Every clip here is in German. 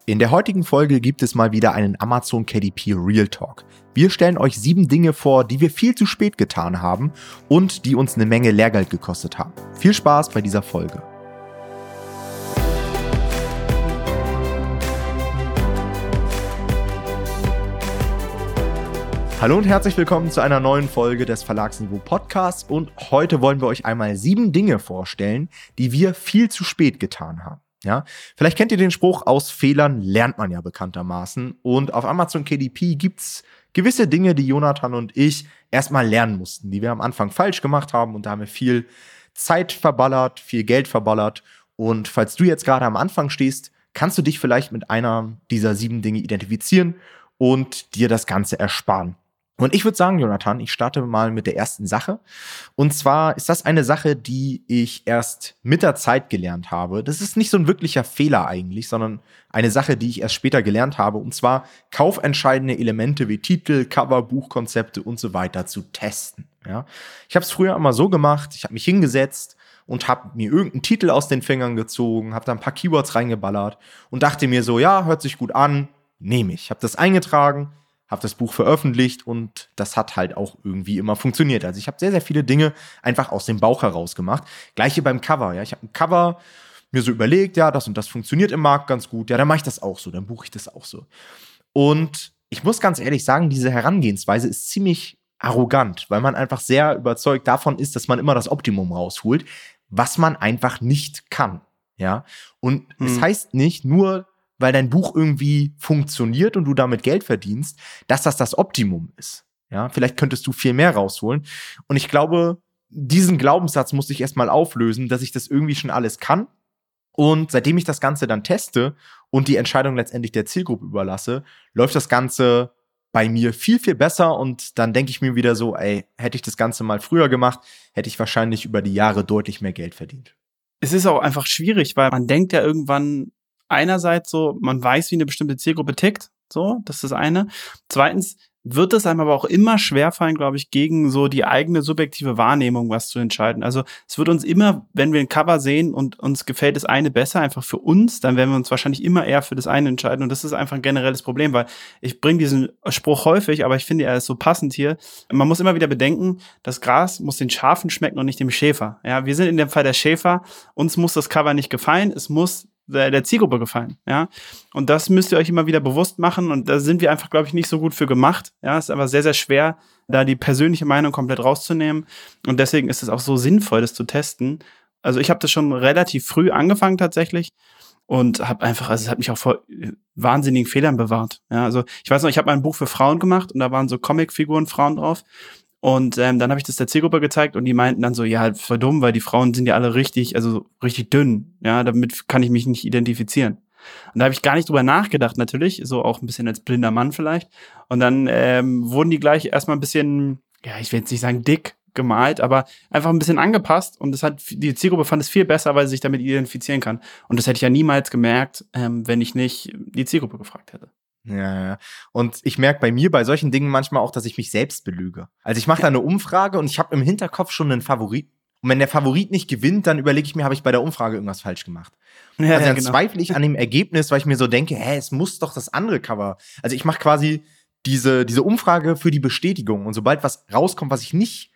In der heutigen Folge gibt es mal wieder einen Amazon KDP Real Talk. Wir stellen euch 7 Dinge vor, die wir viel zu spät getan haben und die uns eine Menge Lehrgeld gekostet haben. Viel Spaß bei dieser Folge. Hallo und herzlich willkommen zu einer neuen Folge des Verlagsniveau Podcasts und heute wollen wir euch einmal 7 Dinge vorstellen, die wir viel zu spät getan haben. Ja, vielleicht kennt ihr den Spruch, aus Fehlern lernt man ja bekanntermaßen. Und auf Amazon KDP gibt's gewisse Dinge, die Jonathan und ich erstmal lernen mussten, die wir am Anfang falsch gemacht haben. Und da haben wir viel Zeit verballert, viel Geld verballert. Und falls du jetzt gerade am Anfang stehst, kannst du dich vielleicht mit einer dieser 7 Dinge identifizieren und dir das Ganze ersparen. Und ich würde sagen, Jonathan, ich starte mal mit der ersten Sache. Und zwar ist das eine Sache, die ich erst mit der Zeit gelernt habe. Das ist nicht so ein wirklicher Fehler eigentlich, sondern eine Sache, die ich erst später gelernt habe. Und zwar kaufentscheidende Elemente wie Titel, Cover, Buchkonzepte und so weiter zu testen. Ja? Ich habe es früher immer so gemacht, ich habe mich hingesetzt und habe mir irgendeinen Titel aus den Fingern gezogen, habe da ein paar Keywords reingeballert und dachte mir so, ja, hört sich gut an, nehme ich. Habe das eingetragen, habe das Buch veröffentlicht und das hat halt auch irgendwie immer funktioniert. Also ich habe sehr, sehr viele Dinge einfach aus dem Bauch heraus gemacht. Gleiche beim Cover, ja. Ich habe ein Cover mir so überlegt, ja, das und das funktioniert im Markt ganz gut. Ja, dann mache ich das auch so, dann buche ich das auch so. Und ich muss ganz ehrlich sagen, diese Herangehensweise ist ziemlich arrogant, weil man einfach sehr überzeugt davon ist, dass man immer das Optimum rausholt, was man einfach nicht kann, ja. Und es heißt nicht nur, weil dein Buch irgendwie funktioniert und du damit Geld verdienst, dass das Optimum ist. Ja, vielleicht könntest du viel mehr rausholen. Und ich glaube, diesen Glaubenssatz musste ich erstmal auflösen, dass ich das irgendwie schon alles kann. Und seitdem ich das Ganze dann teste und die Entscheidung letztendlich der Zielgruppe überlasse, läuft das Ganze bei mir viel, viel besser. Und dann denke ich mir wieder so, ey, hätte ich das Ganze mal früher gemacht, hätte ich wahrscheinlich über die Jahre deutlich mehr Geld verdient. Es ist auch einfach schwierig, weil man denkt ja irgendwann, einerseits so, man weiß, wie eine bestimmte Zielgruppe tickt, so, das ist das eine. Zweitens wird es einem aber auch immer schwerfallen, glaube ich, gegen so die eigene subjektive Wahrnehmung was zu entscheiden. Also es wird uns immer, wenn wir ein Cover sehen und uns gefällt das eine besser, einfach für uns, dann werden wir uns wahrscheinlich immer eher für das eine entscheiden und das ist einfach ein generelles Problem, weil ich bringe diesen Spruch häufig, aber ich finde, er ist so passend hier. Man muss immer wieder bedenken, das Gras muss den Schafen schmecken und nicht dem Schäfer. Ja, wir sind in dem Fall der Schäfer, uns muss das Cover nicht gefallen, es muss der Zielgruppe gefallen, ja. Und das müsst ihr euch immer wieder bewusst machen und da sind wir einfach, glaube ich, nicht so gut für gemacht, ja. Es ist aber sehr, sehr schwer, da die persönliche Meinung komplett rauszunehmen und deswegen ist es auch so sinnvoll, das zu testen. Also ich habe das schon relativ früh angefangen tatsächlich und habe einfach, also es hat mich auch vor wahnsinnigen Fehlern bewahrt, ja. Also ich weiß noch, ich habe mal ein Buch für Frauen gemacht und da waren so Comicfiguren Frauen drauf. Und dann habe ich das der Zielgruppe gezeigt und die meinten dann so, ja, voll dumm, weil die Frauen sind ja alle richtig dünn. Ja, damit kann ich mich nicht identifizieren. Und da habe ich gar nicht drüber nachgedacht natürlich, so auch ein bisschen als blinder Mann vielleicht. Und dann wurden die gleich erstmal ein bisschen, ja, ich will jetzt nicht sagen dick gemalt, aber einfach ein bisschen angepasst. Und die Zielgruppe fand es viel besser, weil sie sich damit identifizieren kann. Und das hätte ich ja niemals gemerkt, wenn ich nicht die Zielgruppe gefragt hätte. Ja. Und ich merke bei mir bei solchen Dingen manchmal auch, dass ich mich selbst belüge. Also ich mache da eine Umfrage und ich habe im Hinterkopf schon einen Favorit. Und wenn der Favorit nicht gewinnt, dann überlege ich mir, habe ich bei der Umfrage irgendwas falsch gemacht. Ja, also dann zweifle ich an dem Ergebnis, weil ich mir so denke, es muss doch das andere Cover. Also ich mache quasi diese Umfrage für die Bestätigung. Und sobald was rauskommt, was ich nicht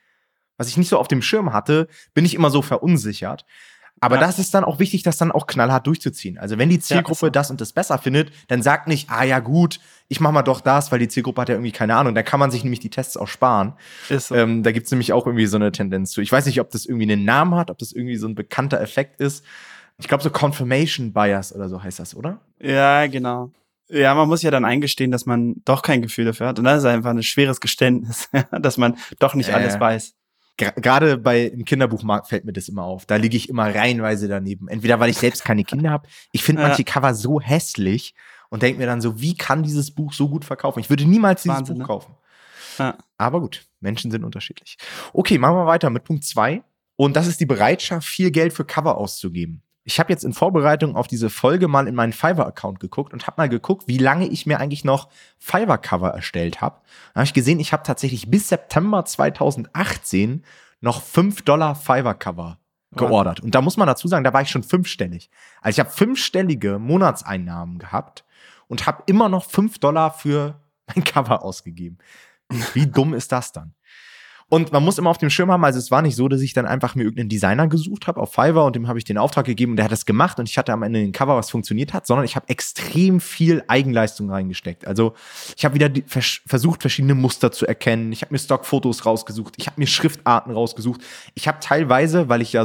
so auf dem Schirm hatte, bin ich immer so verunsichert. Aber das ist dann auch wichtig, das dann auch knallhart durchzuziehen. Also wenn die Zielgruppe das und das besser findet, dann sagt nicht, ja gut, ich mach mal doch das, weil die Zielgruppe hat ja irgendwie keine Ahnung. Da kann man sich nämlich die Tests auch sparen. Ist so. Da gibt's nämlich auch irgendwie so eine Tendenz zu. Ich weiß nicht, ob das irgendwie einen Namen hat, ob das irgendwie so ein bekannter Effekt ist. Ich glaube so Confirmation Bias oder so heißt das, oder? Ja, genau. Ja, man muss ja dann eingestehen, dass man doch kein Gefühl dafür hat. Und das ist einfach ein schweres Geständnis, dass man doch nicht alles weiß. Gerade im Kinderbuchmarkt fällt mir das immer auf. Da liege ich immer reihenweise daneben. Entweder weil ich selbst keine Kinder habe. Ich finde manche Cover so hässlich und denke mir dann so, wie kann dieses Buch so gut verkaufen? Ich würde niemals dieses Buch kaufen. Ja. Aber gut, Menschen sind unterschiedlich. Okay, machen wir weiter mit Punkt 2. Und das ist die Bereitschaft, viel Geld für Cover auszugeben. Ich habe jetzt in Vorbereitung auf diese Folge mal in meinen Fiverr-Account geguckt und habe mal geguckt, wie lange ich mir eigentlich noch Fiverr-Cover erstellt habe. Da habe ich gesehen, ich habe tatsächlich bis September 2018 noch $5 Fiverr-Cover geordert. Und da muss man dazu sagen, da war ich schon 5-stellig. Also ich habe 5-stellige Monatseinnahmen gehabt und habe immer noch $5 für mein Cover ausgegeben. Wie dumm ist das dann? Und man muss immer auf dem Schirm haben, also es war nicht so, dass ich dann einfach mir irgendeinen Designer gesucht habe auf Fiverr und dem habe ich den Auftrag gegeben und der hat das gemacht und ich hatte am Ende ein Cover, was funktioniert hat, sondern ich habe extrem viel Eigenleistung reingesteckt. Also ich habe wieder versucht, verschiedene Muster zu erkennen. Ich habe mir Stockfotos rausgesucht. Ich habe mir Schriftarten rausgesucht. Ich habe teilweise, weil ich ja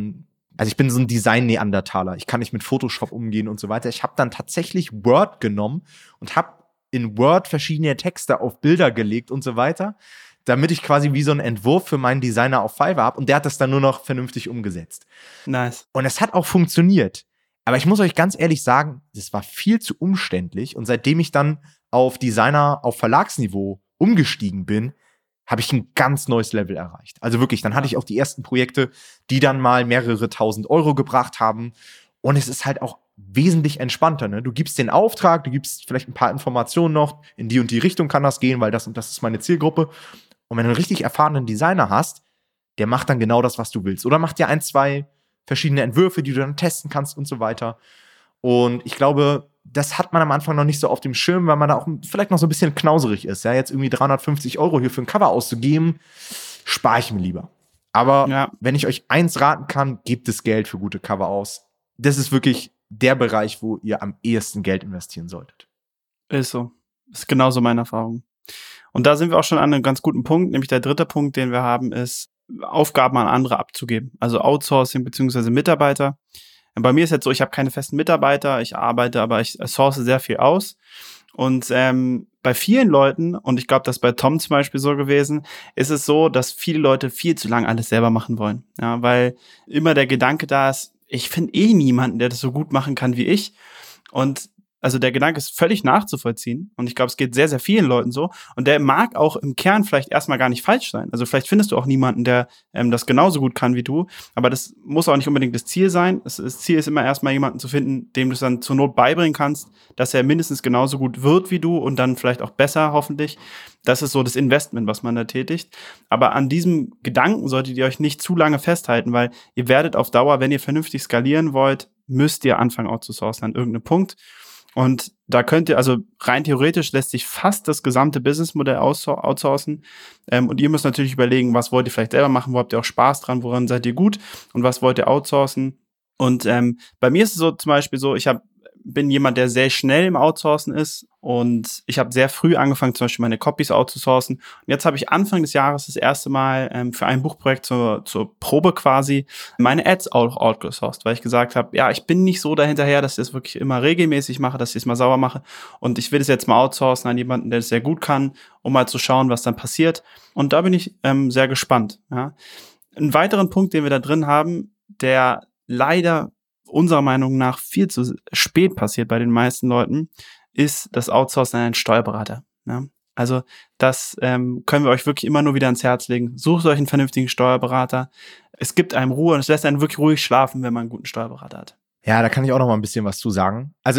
ich bin so ein Design-Neandertaler. Ich kann nicht mit Photoshop umgehen und so weiter. Ich habe dann tatsächlich Word genommen und habe in Word verschiedene Texte auf Bilder gelegt und so weiter, damit ich quasi wie so einen Entwurf für meinen Designer auf Fiverr habe und der hat das dann nur noch vernünftig umgesetzt. Nice. Und es hat auch funktioniert. Aber ich muss euch ganz ehrlich sagen, das war viel zu umständlich und seitdem ich dann auf Designer auf Verlagsniveau umgestiegen bin, habe ich ein ganz neues Level erreicht. Also wirklich, dann hatte ich auch die ersten Projekte, die dann mal mehrere 1.000 Euro gebracht haben und es ist halt auch wesentlich entspannter, ne? Du gibst den Auftrag, du gibst vielleicht ein paar Informationen noch, in die und die Richtung kann das gehen, weil das und das ist meine Zielgruppe. Und wenn du einen richtig erfahrenen Designer hast, der macht dann genau das, was du willst. Oder macht dir 1, 2 verschiedene Entwürfe, die du dann testen kannst und so weiter. Und ich glaube, das hat man am Anfang noch nicht so auf dem Schirm, weil man da auch vielleicht noch so ein bisschen knauserig ist. Ja, jetzt irgendwie 350 Euro hier für ein Cover auszugeben, spare ich mir lieber. Aber wenn ich euch eins raten kann, gebt das Geld für gute Cover aus. Das ist wirklich der Bereich, wo ihr am ehesten Geld investieren solltet. Ist so. Ist genauso meine Erfahrung. Und da sind wir auch schon an einem ganz guten Punkt, nämlich der dritte Punkt, den wir haben, ist, Aufgaben an andere abzugeben. Also Outsourcing bzw. Mitarbeiter. Bei mir ist jetzt so, ich habe keine festen Mitarbeiter, ich arbeite, aber ich source sehr viel aus. Und bei vielen Leuten, und ich glaube, das ist bei Tom zum Beispiel so gewesen, ist es so, dass viele Leute viel zu lange alles selber machen wollen. Ja, weil immer der Gedanke da ist, ich finde niemanden, der das so gut machen kann wie ich. Und also der Gedanke ist völlig nachzuvollziehen und ich glaube, es geht sehr, sehr vielen Leuten so und der mag auch im Kern vielleicht erstmal gar nicht falsch sein. Also vielleicht findest du auch niemanden, der das genauso gut kann wie du, aber das muss auch nicht unbedingt das Ziel sein. Das Ziel ist immer erstmal jemanden zu finden, dem du es dann zur Not beibringen kannst, dass er mindestens genauso gut wird wie du und dann vielleicht auch besser hoffentlich. Das ist so das Investment, was man da tätigt. Aber an diesem Gedanken solltet ihr euch nicht zu lange festhalten, weil ihr werdet auf Dauer, wenn ihr vernünftig skalieren wollt, müsst ihr anfangen outzusourcen an irgendeinem Punkt. Und da könnt ihr, also rein theoretisch lässt sich fast das gesamte Businessmodell outsourcen. Und ihr müsst natürlich überlegen, was wollt ihr vielleicht selber machen, wo habt ihr auch Spaß dran, woran seid ihr gut und was wollt ihr outsourcen. Und bei mir ist es so zum Beispiel so, bin jemand, der sehr schnell im Outsourcen ist und ich habe sehr früh angefangen, zum Beispiel meine Copies outzusourcen. Und jetzt habe ich Anfang des Jahres das erste Mal für ein Buchprojekt zur Probe quasi meine Ads auch outgesourced, weil ich gesagt habe, ja, ich bin nicht so dahinterher, dass ich das wirklich immer regelmäßig mache, dass ich es mal sauber mache und ich will es jetzt mal outsourcen an jemanden, der es sehr gut kann, um mal zu schauen, was dann passiert. Und da bin ich sehr gespannt. Ja. Einen weiteren Punkt, den wir da drin haben, der leider unserer Meinung nach viel zu spät passiert bei den meisten Leuten, ist das Outsourcen an einen Steuerberater. Ja? Also das können wir euch wirklich immer nur wieder ans Herz legen. Sucht euch einen vernünftigen Steuerberater. Es gibt einem Ruhe und es lässt einen wirklich ruhig schlafen, wenn man einen guten Steuerberater hat. Ja, da kann ich auch noch mal ein bisschen was zu sagen. Also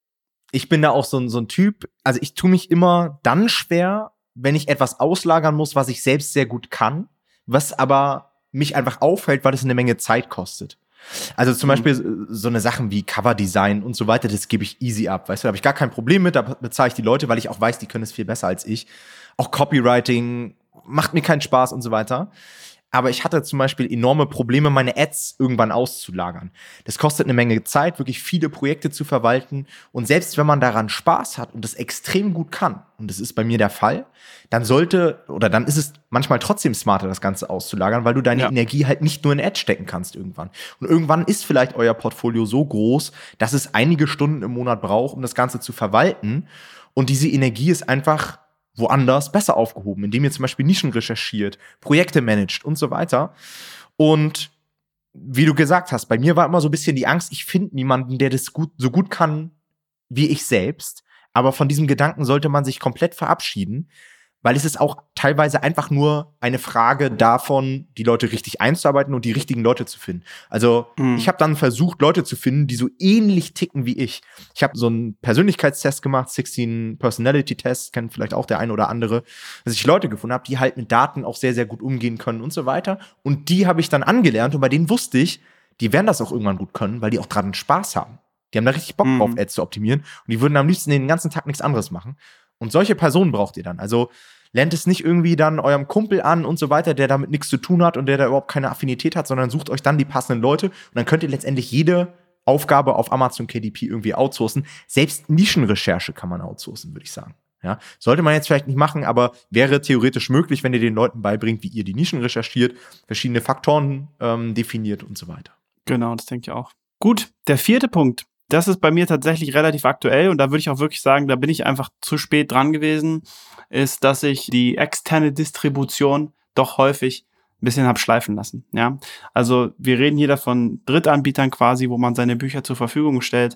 ich bin da auch so ein Typ, also ich tue mich immer dann schwer, wenn ich etwas auslagern muss, was ich selbst sehr gut kann, was aber mich einfach auffällt, weil es eine Menge Zeit kostet. Also zum Beispiel so eine Sachen wie Coverdesign und so weiter, das gebe ich easy ab, weißt du, da habe ich gar kein Problem mit, da bezahle ich die Leute, weil ich auch weiß, die können es viel besser als ich. Auch Copywriting macht mir keinen Spaß und so weiter. Aber ich hatte zum Beispiel enorme Probleme, meine Ads irgendwann auszulagern. Das kostet eine Menge Zeit, wirklich viele Projekte zu verwalten. Und selbst wenn man daran Spaß hat und das extrem gut kann, und das ist bei mir der Fall, dann ist es manchmal trotzdem smarter, das Ganze auszulagern, weil du deine Energie halt nicht nur in Ads stecken kannst irgendwann. Und irgendwann ist vielleicht euer Portfolio so groß, dass es einige Stunden im Monat braucht, um das Ganze zu verwalten. Und diese Energie ist einfach woanders besser aufgehoben, indem ihr zum Beispiel Nischen recherchiert, Projekte managt und so weiter. Und wie du gesagt hast, bei mir war immer so ein bisschen die Angst, ich finde niemanden, der das so gut kann wie ich selbst. Aber von diesem Gedanken sollte man sich komplett verabschieden, Weil es ist auch teilweise einfach nur eine Frage davon, die Leute richtig einzuarbeiten und die richtigen Leute zu finden. Also ich habe dann versucht, Leute zu finden, die so ähnlich ticken wie ich. Ich habe so einen Persönlichkeitstest gemacht, 16 Personality Tests, kennt vielleicht auch der eine oder andere, dass ich Leute gefunden habe, die halt mit Daten auch sehr, sehr gut umgehen können und so weiter. Und die habe ich dann angelernt und bei denen wusste ich, die werden das auch irgendwann gut können, weil die auch dran Spaß haben. Die haben da richtig Bock drauf, Ads zu optimieren und die würden am liebsten den ganzen Tag nichts anderes machen. Und solche Personen braucht ihr dann. Also lernt es nicht irgendwie dann eurem Kumpel an und so weiter, der damit nichts zu tun hat und der da überhaupt keine Affinität hat, sondern sucht euch dann die passenden Leute und dann könnt ihr letztendlich jede Aufgabe auf Amazon KDP irgendwie outsourcen. Selbst Nischenrecherche kann man outsourcen, würde ich sagen. Ja, sollte man jetzt vielleicht nicht machen, aber wäre theoretisch möglich, wenn ihr den Leuten beibringt, wie ihr die Nischen recherchiert, verschiedene Faktoren definiert und so weiter. Genau, das denke ich auch. Gut, der 4. Punkt. Das ist bei mir tatsächlich relativ aktuell und da würde ich auch wirklich sagen, da bin ich einfach zu spät dran gewesen, ist, dass ich die externe Distribution doch häufig ein bisschen habe schleifen lassen. Ja, also wir reden hier davon Drittanbietern quasi, wo man seine Bücher zur Verfügung stellt,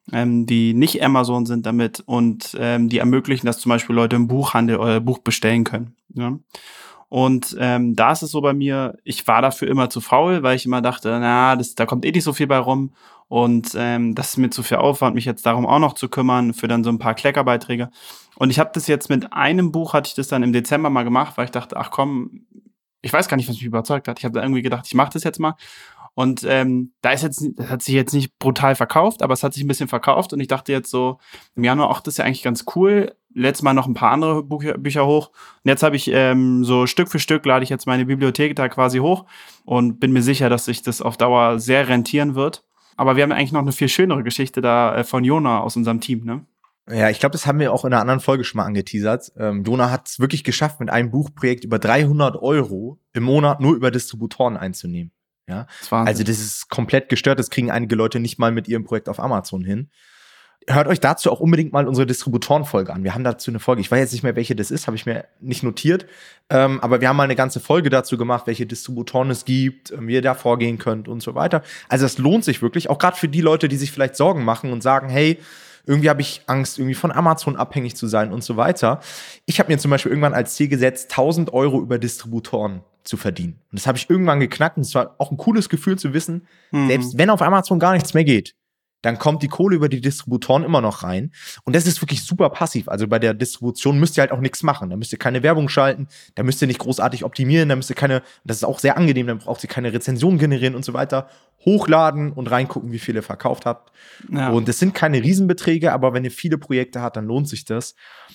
die nicht Amazon sind damit und die ermöglichen, dass zum Beispiel Leute im Buchhandel euer Buch bestellen können. Ja? Und da ist es so bei mir, ich war dafür immer zu faul, weil ich immer dachte, da kommt eh nicht so viel bei rum. Und das ist mir zu viel Aufwand, mich jetzt darum auch noch zu kümmern, für dann so ein paar Kleckerbeiträge. Und ich habe das jetzt mit einem Buch, hatte ich das dann im Dezember mal gemacht, weil ich dachte, ach komm, ich weiß gar nicht, was mich überzeugt hat. Ich habe da irgendwie gedacht, ich mache das jetzt mal. Und das hat sich jetzt nicht brutal verkauft, aber es hat sich ein bisschen verkauft. Und ich dachte jetzt so im Januar, ach, das ist ja eigentlich ganz cool. Letztes Mal noch ein paar andere Bücher hoch. Und jetzt habe ich so Stück für Stück lade ich jetzt meine Bibliothek da quasi hoch und bin mir sicher, dass sich das auf Dauer sehr rentieren wird. Aber wir haben eigentlich noch eine viel schönere Geschichte da von Jona aus unserem Team, ne? Ja, ich glaube, das haben wir auch in einer anderen Folge schon mal angeteasert. Jona hat es wirklich geschafft, mit einem Buchprojekt über 300 € im Monat nur über Distributoren einzunehmen. Ja, also das ist komplett gestört. Das kriegen einige Leute nicht mal mit ihrem Projekt auf Amazon hin. Hört euch dazu auch unbedingt mal unsere Distributoren-Folge an. Wir haben dazu eine Folge. Ich weiß jetzt nicht mehr, welche das ist, habe ich mir nicht notiert. Aber wir haben mal eine ganze Folge dazu gemacht, welche Distributoren es gibt, wie ihr da vorgehen könnt und so weiter. Also das lohnt sich wirklich, auch gerade für die Leute, die sich vielleicht Sorgen machen und sagen, hey, irgendwie habe ich Angst, irgendwie von Amazon abhängig zu sein und so weiter. Ich habe mir zum Beispiel irgendwann als Ziel gesetzt, 1.000 € über Distributoren zu verdienen. Und das habe ich irgendwann geknackt. Und es war auch ein cooles Gefühl zu wissen, selbst wenn auf Amazon gar nichts mehr geht, dann kommt die Kohle über die Distributoren immer noch rein. Und das ist wirklich super passiv. Also bei der Distribution müsst ihr halt auch nichts machen. Da müsst ihr keine Werbung schalten, da müsst ihr nicht großartig optimieren, da müsst ihr das ist auch sehr angenehm, dann braucht ihr keine Rezensionen generieren und so weiter. Hochladen und reingucken, wie viel ihr verkauft habt. Ja. Und das sind keine Riesenbeträge, aber wenn ihr viele Projekte habt, dann lohnt sich das.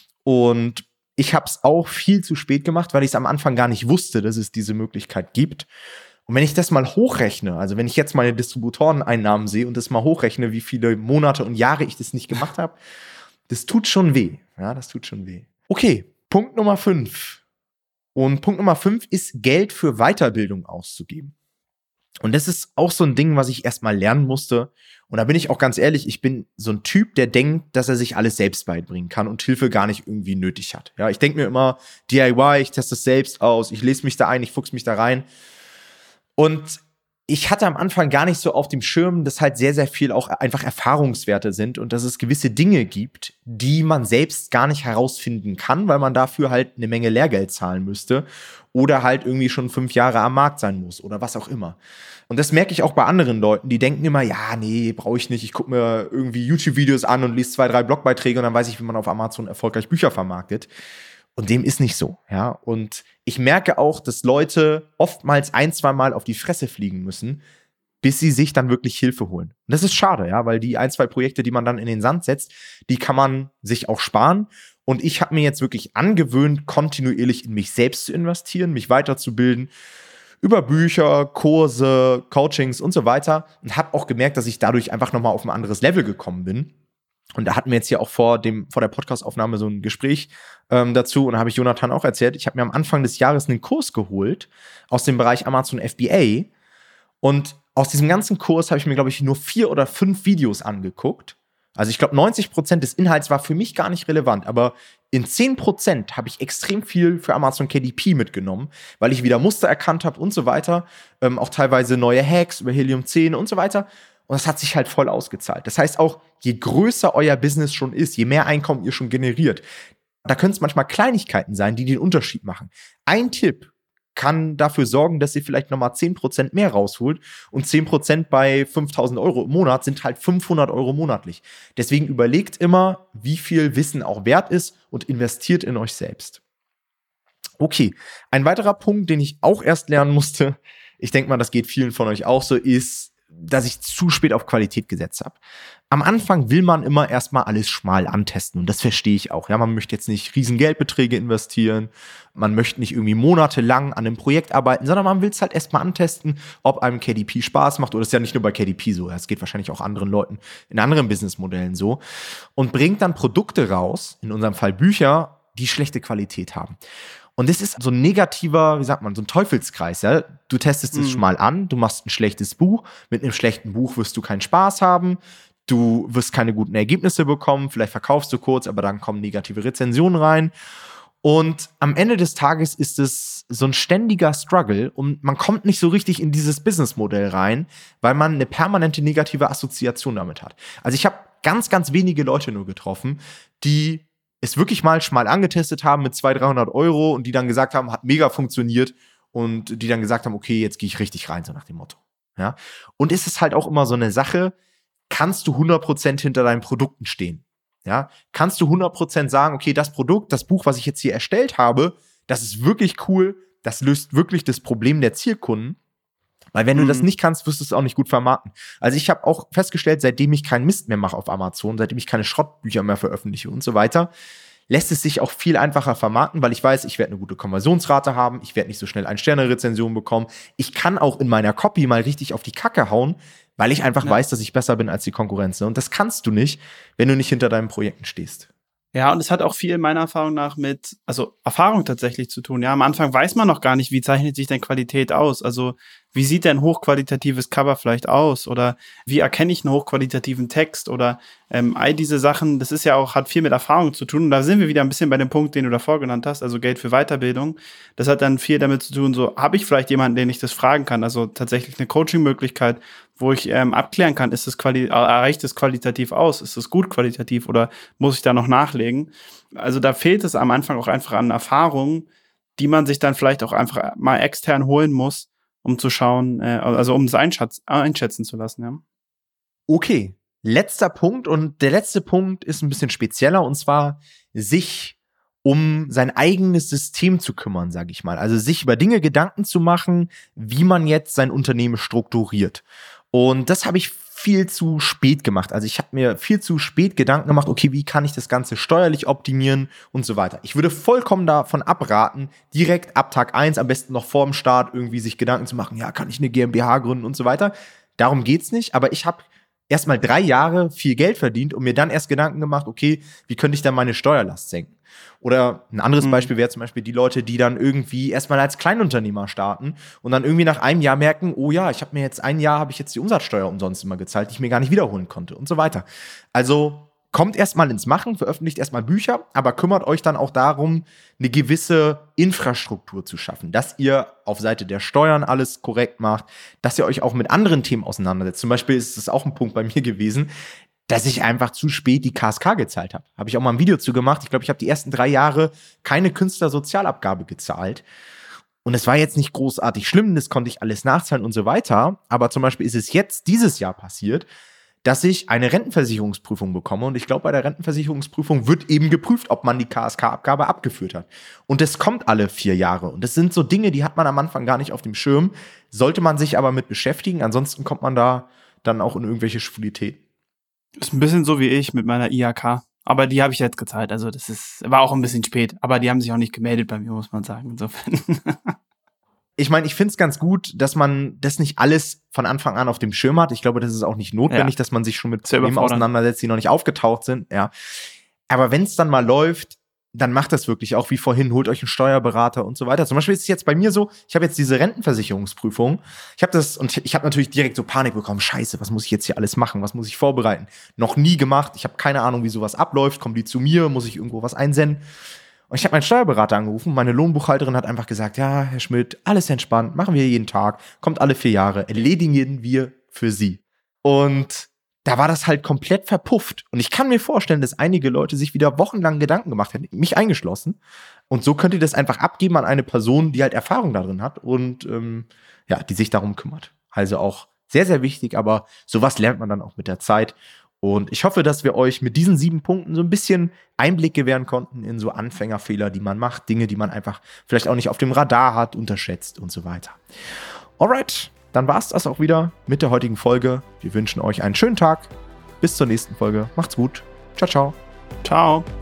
Und ich habe es auch viel zu spät gemacht, weil ich es am Anfang gar nicht wusste, dass es diese Möglichkeit gibt. Und wenn ich das mal hochrechne, also wenn ich jetzt meine Distributoreneinnahmen sehe und das mal hochrechne, wie viele Monate und Jahre ich das nicht gemacht habe, das tut schon weh. Ja, das tut schon weh. Okay, Punkt Nummer 5. Und Punkt Nummer 5 ist, Geld für Weiterbildung auszugeben. Und das ist auch so ein Ding, was ich erstmal lernen musste. Und da bin ich auch ganz ehrlich, ich bin so ein Typ, der denkt, dass er sich alles selbst beibringen kann und Hilfe gar nicht irgendwie nötig hat. Ja, ich denke mir immer, DIY, ich teste es selbst aus, ich lese mich da ein, ich fuchse mich da rein. Und ich hatte am Anfang gar nicht so auf dem Schirm, dass halt sehr, sehr viel auch einfach Erfahrungswerte sind und dass es gewisse Dinge gibt, die man selbst gar nicht herausfinden kann, weil man dafür halt eine Menge Lehrgeld zahlen müsste oder halt irgendwie schon 5 Jahre am Markt sein muss oder was auch immer. Und das merke ich auch bei anderen Leuten, die denken immer, ja, nee, brauche ich nicht, ich gucke mir irgendwie YouTube-Videos an und lese 2, 3 Blogbeiträge und dann weiß ich, wie man auf Amazon erfolgreich Bücher vermarktet. Und dem ist nicht so, ja. Und ich merke auch, dass Leute oftmals 1, 2 Mal auf die Fresse fliegen müssen, bis sie sich dann wirklich Hilfe holen. Und das ist schade, ja, weil die 1, 2 Projekte, die man dann in den Sand setzt, die kann man sich auch sparen. Und ich habe mir jetzt wirklich angewöhnt, kontinuierlich in mich selbst zu investieren, mich weiterzubilden, über Bücher, Kurse, Coachings und so weiter. Und habe auch gemerkt, dass ich dadurch einfach nochmal auf ein anderes Level gekommen bin. Und da hatten wir jetzt hier auch vor der Podcast-Aufnahme so ein Gespräch dazu. Und da habe ich Jonathan auch erzählt, ich habe mir am Anfang des Jahres einen Kurs geholt aus dem Bereich Amazon FBA. Und aus diesem ganzen Kurs habe ich mir, glaube ich, nur 4 oder 5 Videos angeguckt. Also ich glaube, 90% des Inhalts war für mich gar nicht relevant. Aber in 10% habe ich extrem viel für Amazon KDP mitgenommen, weil ich wieder Muster erkannt habe und so weiter. Auch teilweise neue Hacks über Helium 10 und so weiter. Und das hat sich halt voll ausgezahlt. Das heißt auch, je größer euer Business schon ist, je mehr Einkommen ihr schon generiert, Da können es manchmal Kleinigkeiten sein, die den Unterschied machen. Ein Tipp kann dafür sorgen, dass ihr vielleicht nochmal 10% mehr rausholt und 10% bei 5.000 Euro im Monat sind halt 500 Euro monatlich. Deswegen überlegt immer, wie viel Wissen auch wert ist und investiert in euch selbst. Okay, ein weiterer Punkt, den ich auch erst lernen musste, ich denke mal, das geht vielen von euch auch so, ist, dass ich zu spät auf Qualität gesetzt habe. Am Anfang will man immer erstmal alles schmal antesten und das verstehe ich auch. Ja, man möchte jetzt nicht riesen Geldbeträge investieren, man möchte nicht irgendwie monatelang an einem Projekt arbeiten, sondern man will es halt erstmal antesten, ob einem KDP Spaß macht. Oder das ist ja nicht nur bei KDP so, es geht wahrscheinlich auch anderen Leuten in anderen Businessmodellen so und bringt dann Produkte raus, in unserem Fall Bücher, die schlechte Qualität haben. Und das ist so ein negativer, wie sagt man, so ein Teufelskreis. Ja? Du testest es schmal an, du machst ein schlechtes Buch. Mit einem schlechten Buch wirst du keinen Spaß haben. Du wirst keine guten Ergebnisse bekommen. Vielleicht verkaufst du kurz, aber dann kommen negative Rezensionen rein. Und am Ende des Tages ist es so ein ständiger Struggle und man kommt nicht so richtig in dieses Businessmodell rein, weil man eine permanente negative Assoziation damit hat. Also ich habe ganz, ganz wenige Leute nur getroffen, die es wirklich mal schmal angetestet haben mit 200-300 Euro und die dann gesagt haben, hat mega funktioniert und die dann gesagt haben, okay, jetzt gehe ich richtig rein, so nach dem Motto. Ja? Und es ist halt auch immer so eine Sache, kannst du 100% hinter deinen Produkten stehen? Ja? Kannst du 100% sagen, okay, das Produkt, das Buch, was ich jetzt hier erstellt habe, das ist wirklich cool, das löst wirklich das Problem der Zielkunden. Weil wenn du das nicht kannst, wirst du es auch nicht gut vermarkten. Also ich habe auch festgestellt, seitdem ich keinen Mist mehr mache auf Amazon, seitdem ich keine Schrottbücher mehr veröffentliche und so weiter, lässt es sich auch viel einfacher vermarkten, weil ich weiß, ich werde eine gute Konversionsrate haben, ich werde nicht so schnell 1-Sterne-Rezensionen bekommen. Ich kann auch in meiner Copy mal richtig auf die Kacke hauen, weil ich einfach weiß, dass ich besser bin als die Konkurrenz. Und das kannst du nicht, wenn du nicht hinter deinen Projekten stehst. Ja, und es hat auch viel meiner Erfahrung nach mit, Erfahrung tatsächlich zu tun. Ja, am Anfang weiß man noch gar nicht, wie zeichnet sich denn Qualität aus? Also, wie sieht denn hochqualitatives Cover vielleicht aus? Oder wie erkenne ich einen hochqualitativen Text? Oder all diese Sachen, das ist ja auch, hat viel mit Erfahrung zu tun. Und da sind wir wieder ein bisschen bei dem Punkt, den du davor genannt hast, also Geld für Weiterbildung. Das hat dann viel damit zu tun, so, habe ich vielleicht jemanden, den ich das fragen kann? Also tatsächlich eine Coaching-Möglichkeit, wo ich abklären kann, ist es reicht es qualitativ aus? Ist es gut qualitativ oder muss ich da noch nachlegen? Also da fehlt es am Anfang auch einfach an Erfahrung, die man sich dann vielleicht auch einfach mal extern holen muss, um zu schauen, um es einschätzen zu lassen. Ja. Okay, letzter Punkt und der letzte Punkt ist ein bisschen spezieller und zwar sich um sein eigenes System zu kümmern, sage ich mal. Also sich über Dinge Gedanken zu machen, wie man jetzt sein Unternehmen strukturiert. Und das habe ich viel zu spät gemacht. Also ich habe mir viel zu spät Gedanken gemacht, okay, wie kann ich das Ganze steuerlich optimieren und so weiter. Ich würde vollkommen davon abraten, direkt ab Tag 1, am besten noch vor dem Start, irgendwie sich Gedanken zu machen, ja, kann ich eine GmbH gründen und so weiter. Darum geht's nicht, aber ich habe erstmal 3 Jahre viel Geld verdient und mir dann erst Gedanken gemacht, okay, wie könnte ich dann meine Steuerlast senken? Oder ein anderes Beispiel wäre zum Beispiel die Leute, die dann irgendwie erstmal als Kleinunternehmer starten und dann irgendwie nach einem Jahr merken, oh ja, ich habe mir jetzt ein Jahr, habe ich jetzt die Umsatzsteuer umsonst immer gezahlt, die ich mir gar nicht wiederholen konnte und so weiter. Also kommt erstmal ins Machen, veröffentlicht erstmal Bücher, aber kümmert euch dann auch darum, eine gewisse Infrastruktur zu schaffen, dass ihr auf Seite der Steuern alles korrekt macht, dass ihr euch auch mit anderen Themen auseinandersetzt. Zum Beispiel ist es auch ein Punkt bei mir gewesen, dass ich einfach zu spät die KSK gezahlt habe. Habe ich auch mal ein Video zu gemacht. Ich glaube, ich habe die ersten 3 Jahre keine Künstlersozialabgabe gezahlt. Und es war jetzt nicht großartig schlimm, das konnte ich alles nachzahlen und so weiter. Aber zum Beispiel ist es jetzt dieses Jahr passiert, dass ich eine Rentenversicherungsprüfung bekomme. Und ich glaube, bei der Rentenversicherungsprüfung wird eben geprüft, ob man die KSK-Abgabe abgeführt hat. Und das kommt alle 4 Jahre. Und das sind so Dinge, die hat man am Anfang gar nicht auf dem Schirm. Sollte man sich aber mit beschäftigen. Ansonsten kommt man da dann auch in irgendwelche Schwulitäten. Ist ein bisschen so wie ich mit meiner IHK. Aber die habe ich jetzt gezahlt. Also war auch ein bisschen spät. Aber die haben sich auch nicht gemeldet bei mir, muss man sagen. Insofern. Ich meine, ich finde es ganz gut, dass man das nicht alles von Anfang an auf dem Schirm hat. Ich glaube, das ist auch nicht notwendig, dass man sich schon mit Problemen auseinandersetzt, die noch nicht aufgetaucht sind. Ja. Aber wenn es dann mal läuft, dann macht das wirklich auch wie vorhin, holt euch einen Steuerberater und so weiter. Zum Beispiel ist es jetzt bei mir so, ich habe jetzt diese Rentenversicherungsprüfung. Ich habe natürlich direkt so Panik bekommen. Scheiße, was muss ich jetzt hier alles machen? Was muss ich vorbereiten? Noch nie gemacht. Ich habe keine Ahnung, wie sowas abläuft. Kommen die zu mir? Muss ich irgendwo was einsenden? Und ich habe meinen Steuerberater angerufen. Meine Lohnbuchhalterin hat einfach gesagt, ja, Herr Schmidt, alles entspannt, machen wir jeden Tag, kommt alle 4 Jahre, erledigen wir für Sie. Und da war das halt komplett verpufft. Und ich kann mir vorstellen, dass einige Leute sich wieder wochenlang Gedanken gemacht hätten, mich eingeschlossen. Und so könnt ihr das einfach abgeben an eine Person, die halt Erfahrung darin hat und die sich darum kümmert. Also auch sehr, sehr wichtig, aber sowas lernt man dann auch mit der Zeit. Und ich hoffe, dass wir euch mit diesen 7 Punkten so ein bisschen Einblick gewähren konnten in so Anfängerfehler, die man macht, Dinge, die man einfach vielleicht auch nicht auf dem Radar hat, unterschätzt und so weiter. Alright, dann war's das auch wieder mit der heutigen Folge. Wir wünschen euch einen schönen Tag. Bis zur nächsten Folge. Macht's gut. Ciao, ciao. Ciao.